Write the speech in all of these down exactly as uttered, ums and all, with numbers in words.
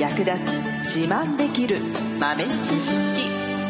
役立つ自慢できる豆知識。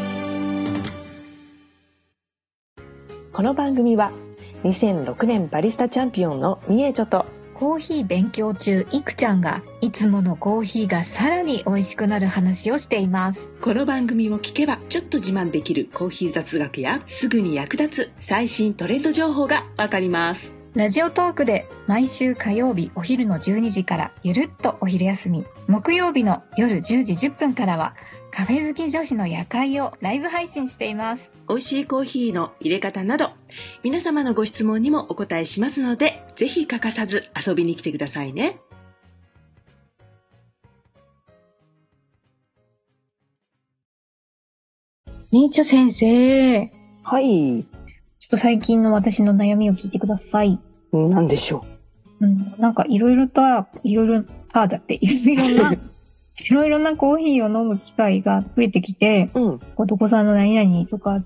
この番組はにせんろくねんバリスタチャンピオンのみえちょとコーヒー勉強中いくちゃんがいつものコーヒーがさらに美味しくなる話をしています。 この番組を聞けばちょっと自慢できるコーヒー雑学やすぐに役立つ最新トレンド情報がわかります。 ラジオトークで毎週火曜日お昼のじゅうにじからゆるっとお昼休み、木曜日の夜じゅうじじゅっぷんからはカフェ好き女子の夜会をライブ配信しています。 美味しいコーヒーの入れ方など皆様のご質問にもお答えしますので、ぜひ欠かさず遊びに来てくださいね。 みーちょ先生、 はい。 ちょっと最近の私の悩みを聞いてください。 なんでしょうん、なんかいろいろと、いろいろ、あ、だって、いろいろな、いろいろなコーヒーを飲む機会が増えてきて、 う。うん。 こうどこさんの何々とかあって、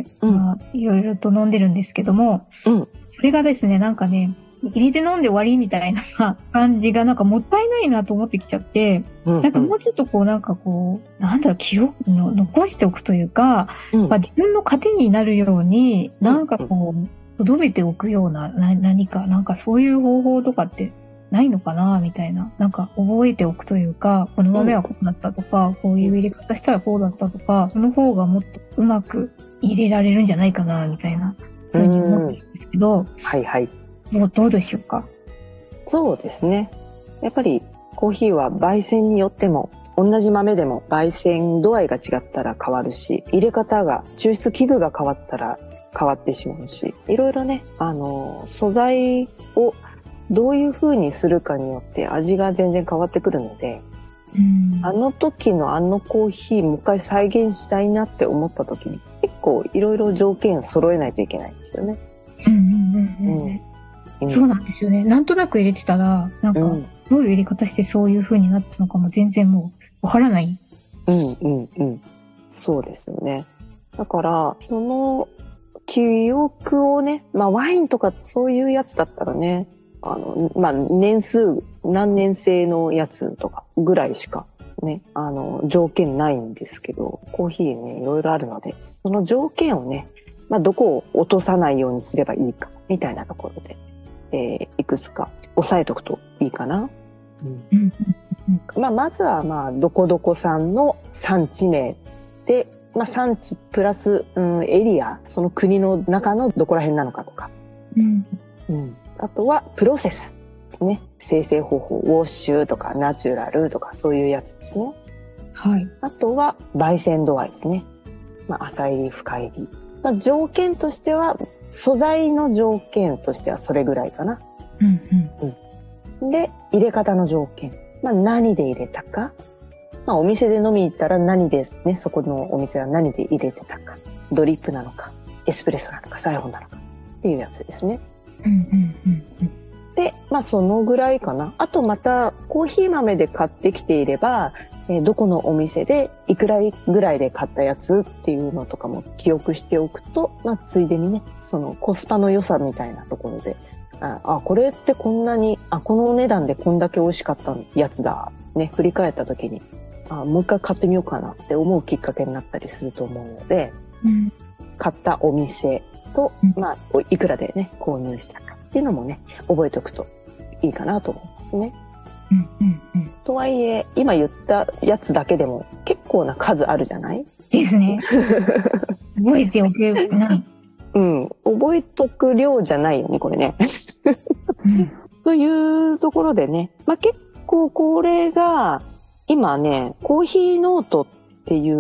うんまあ、いろいろと飲んでるんですけども、 うん。 それがですね、なんかね、入れて飲んで終わりみたいな感じがなんかもったいないなと思ってきちゃって、 うん。 なんかもうちょっとこうなんかこう、なんだろう、記憶の残しておくというか、 うん。 まあ、自分の糧になるように、なんかこう、留めておくような、な、何か、なんかそういう方法とかってないのかなみたいな。なんか覚えておくというか、この豆はこうだったとか、こういう入れ方したらこうだったとか、その方がもっとうまく入れられるんじゃないかなみたいなふうに思ってるんですけど、 はいはい。 もうどうでしょうか？ そうですね。やっぱりコーヒーは焙煎によっても、同じ豆でも焙煎度合いが違ったら変わるし、入れ方が、抽出器具が変わったら変わってしまうし、いろいろね、あの、素材をどういう風にするかによって味が全然変わってくるので、 うん、 あの時のあのコーヒーもう一回再現したいなって思った時に、結構いろいろ条件揃えないといけないんですよね。 うんうんうんうん。 うんそうなんですよね。なんとなく入れてたら、なんか、 うん、 どういう入れ方してそういう風になったのかも全然もうわからない。 うんうんうん。そうですよね。だから、その記憶をね、まあワインとかそういうやつだったらね、あの、まあ年数、何年生のやつとかぐらいしかね、あの、条件ないんですけど、コーヒーね、いろいろあるので、その条件をね、まあどこを落とさないようにすればいいか、みたいなところで、えー、いくつか押さえとくといいかな。うんうんまあ、まずは、まあ、どこどこ産の産地名で、まあ、産地プラス、うん、エリア、その国の中のどこら辺なのかとか。 うんうん、あとは、プロセスですね。生成方法、ウォッシュとか、ナチュラルとか、そういうやつですね。 はい。 あとは、焙煎度合いですね。まあ、浅入り、深入り。まあ、条件としては、素材の条件としてはそれぐらいかな。 うんうん。 で、入れ方の条件。まあ、何で入れたか。まあ、お店で飲みに行ったら何でね、そこのお店は何で入れてたか。ドリップなのか、エスプレッソなのか、サイフォンなのかっていうやつですね。 うんうんうんうん。 で、まあ、そのぐらいかな。あとまた、コーヒー豆で買ってきていれば、えーどこのお店でいくらぐらいで買ったやつっていうのとかも記憶しておくと、まあ、ついでにね、そのコスパの良さみたいなところで、あ、あこれってこんなに、あ、このお値段でこんだけ美味しかったやつだ。ね、振り返った時に、あ、もう一回買ってみようかなって思うきっかけになったりすると思うので、 うん買ったお店と、 うんまあ、いくらでね、購入したかっていうのもね、覚えておくといいかなと思いますね。 うんうんうん。 とはいえ、今言ったやつだけでも結構な数あるじゃない？ ですね。覚えておけない。 うん。覚えとく量じゃないよね、これね。 うんというところでね、まあ、結構これが、今ね、コーヒーノートっていう、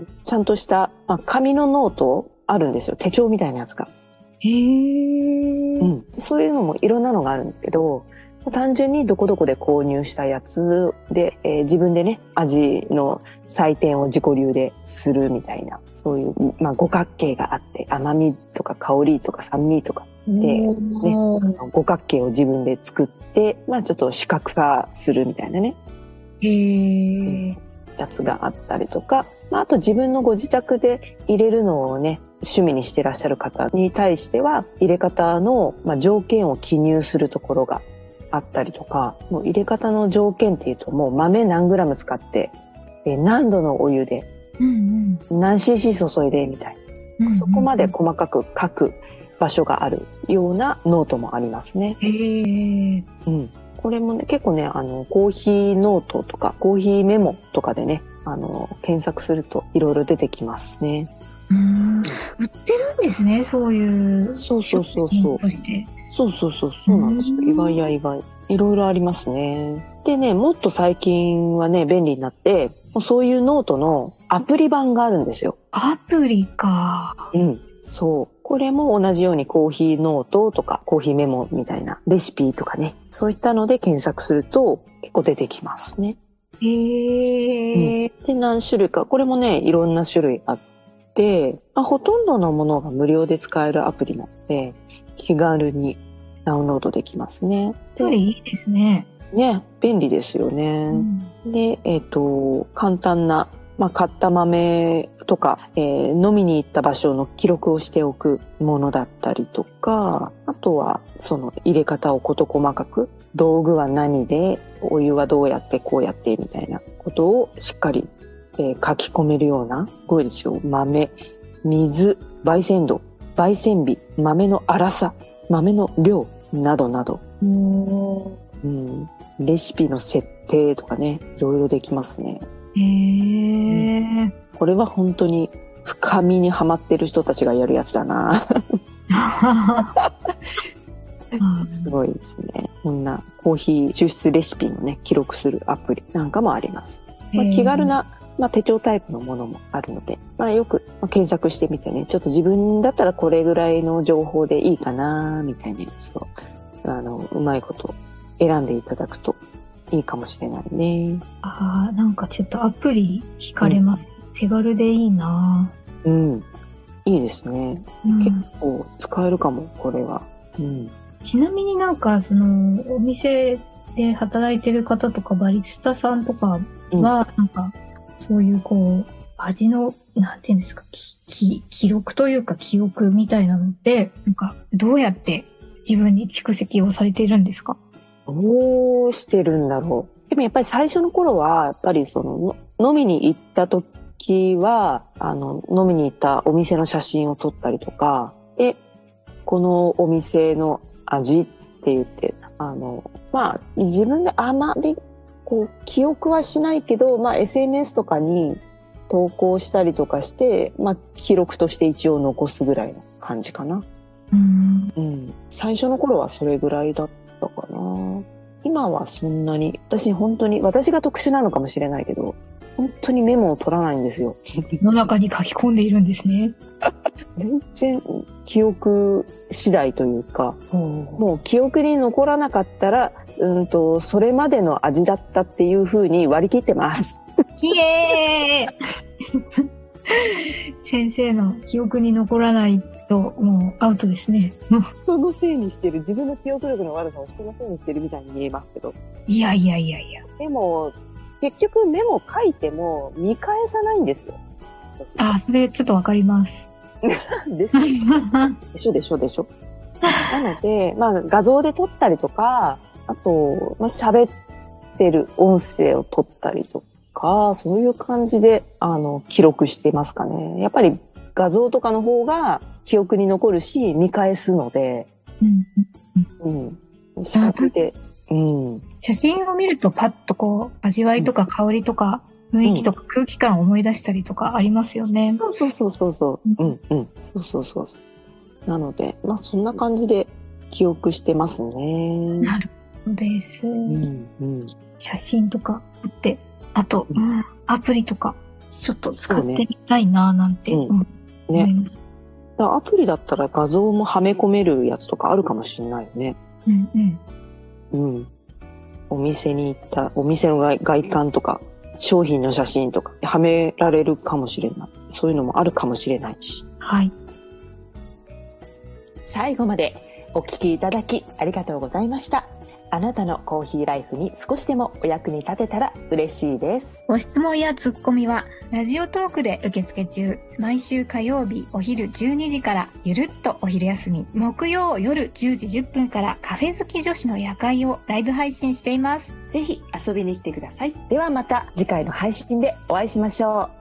ちゃんとした、まあ、紙のノートあるんですよ。手帳みたいなやつが。 へー。 うん。そういうのもいろんなのがあるんだけど、単純にどこどこで購入したやつで、えー自分でね、味の採点を自己流でするみたいな、そういう、まあ、五角形があって、甘みとか香りとか酸味とかで、ね、 おー五角形を自分で作って、まあちょっと視覚化するみたいなね、 へー。 やつがあったりとか、まああと自分のご自宅で入れるのをね、趣味にしてらっしゃる方に対しては、入れ方の、まあ、条件を記入するところがあったりとか、もう入れ方の条件っていうと、もう豆何グラム使って、で何度のお湯で、 うんうん、 何 シーシー 注いでみたいな、うんうん、そこまで細かく書く場所があるようなノートもありますね。 へー、 うん、これもね、結構ね、あのコーヒーノートとかコーヒーメモとかでね、あの検索するといろいろ出てきますね。 うーん、売ってるんですね、そういうそうそうそうそうとして。 そうそうそうそうなんですよ。意外や意外。いろいろありますね。でね、もっと最近はね、便利になって、そういうノートのアプリ版があるんですよ。 アプリか。 うん。そう。これも同じようにコーヒーノートとかコーヒーメモみたいなレシピとかね、そういったので検索すると結構出てきますね。 へー、 うん。で、何種類か。これもね、いろんな種類あって、まあ、ほとんどのものが無料で使えるアプリなので、気軽にダウンロードできますね。 アプリいいですね。 ね、便利ですよね。うん、で、えっと、簡単な、まあ、買った豆とか、えー、飲みに行った場所の記録をしておくものだったりとか、あとは、その入れ方を事細かく、道具は何で、お湯はどうやってこうやってみたいなことをしっかり、えー、書き込めるような、すごいですよ。豆、水、焙煎度、焙煎日、豆の粗さ、豆の量などなど、うん、レシピの設定とかね、いろいろできますね。 へー、うん、 これは本当に深みにはまってる人たちがやるやつだな。すごいですね。こんなコーヒー抽出レシピのね、記録するアプリなんかもあります。まあ、気軽な、まあ、手帳タイプのものもあるので、まあ、よく、まあ、検索してみてね、ちょっと自分だったらこれぐらいの情報でいいかなみたいなやつを、あの、うまいこと選んでいただくといいかもしれないね。 ああ、なんかちょっとアプリ惹かれます。うん、手軽でいいな。 うん。いいですね。うん、結構使えるかも、これは。うん。 ちなみになんか、その、お店で働いてる方とか、バリスタさんとかは、うん、なんか、そういうこう、味の、なんていうんですか、き、記録というか記憶みたいなのって、なんか、どうやって自分に蓄積をされているんですか？ どうしてるんだろう。でもやっぱり最初の頃は、やっぱりその、飲みに行った時は、あの、飲みに行ったお店の写真を撮ったりとか、で、このお店の味って言って、あの、まあ、自分であまり、こう、記憶はしないけど、まあ、エスエヌエス とかに投稿したりとかして、まあ、記録として一応残すぐらいの感じかな。 うん、 うん。最初の頃はそれぐらいだったかな。今はそんなに、私本当に、私が特殊なのかもしれないけど、本当にメモを取らないんですよ。 の中に書き込んでいるんですね。 全然記憶次第というか、もう記憶に残らなかったら、うんと、それまでの味だったっていう風に割り切ってます。 イエーイ先生の記憶に残らないともうアウトですね。 人のせいにしてる、自分の記憶力の悪さを人のせいにしてるみたいに見えますけど。 いやいやいやいや。 でも、結局メモ書いても見返さないんですよ。 あ、それちょっとわかります。 ですよでしょでしょでしょ。なので、まあ画像で撮ったりとか、あと、まあ喋ってる音声を撮ったりとか、そういう感じで、あの、記録してますかね。やっぱり画像とかの方が記憶に残るし、見返すので、うん。うん。視覚で、うん。 写真を見るとパッとこう、味わいとか香りとか、雰囲気とか空気感を思い出したりとかありますよね。 うん、そうそうそうそう。うんうん。そうそうそう。なので、まあそんな感じで記憶してますね。 なるほどです。 うんうん、 写真とか撮って、あと、うん、アプリとかちょっと使ってみたいななんて思います。 ね。うんね、だアプリだったら画像もはめ込めるやつとかあるかもしれないよね。 うんうん。うん。お店に行った、お店の 外, 外観とか、商品の写真とかはめられるかもしれない。そういうのもあるかもしれないし。 はい。 最後までお聞きいただきありがとうございました。 あなたのコーヒーライフに少しでもお役に立てたら嬉しいです。 ご質問やツッコミはラジオトークで受付中。毎週火曜日お昼じゅうにじからゆるっとお昼休み、木曜夜じゅうじじゅっぷんからカフェ好き女子の夜会をライブ配信しています。 ぜひ遊びに来てください。 ではまた次回の配信でお会いしましょう。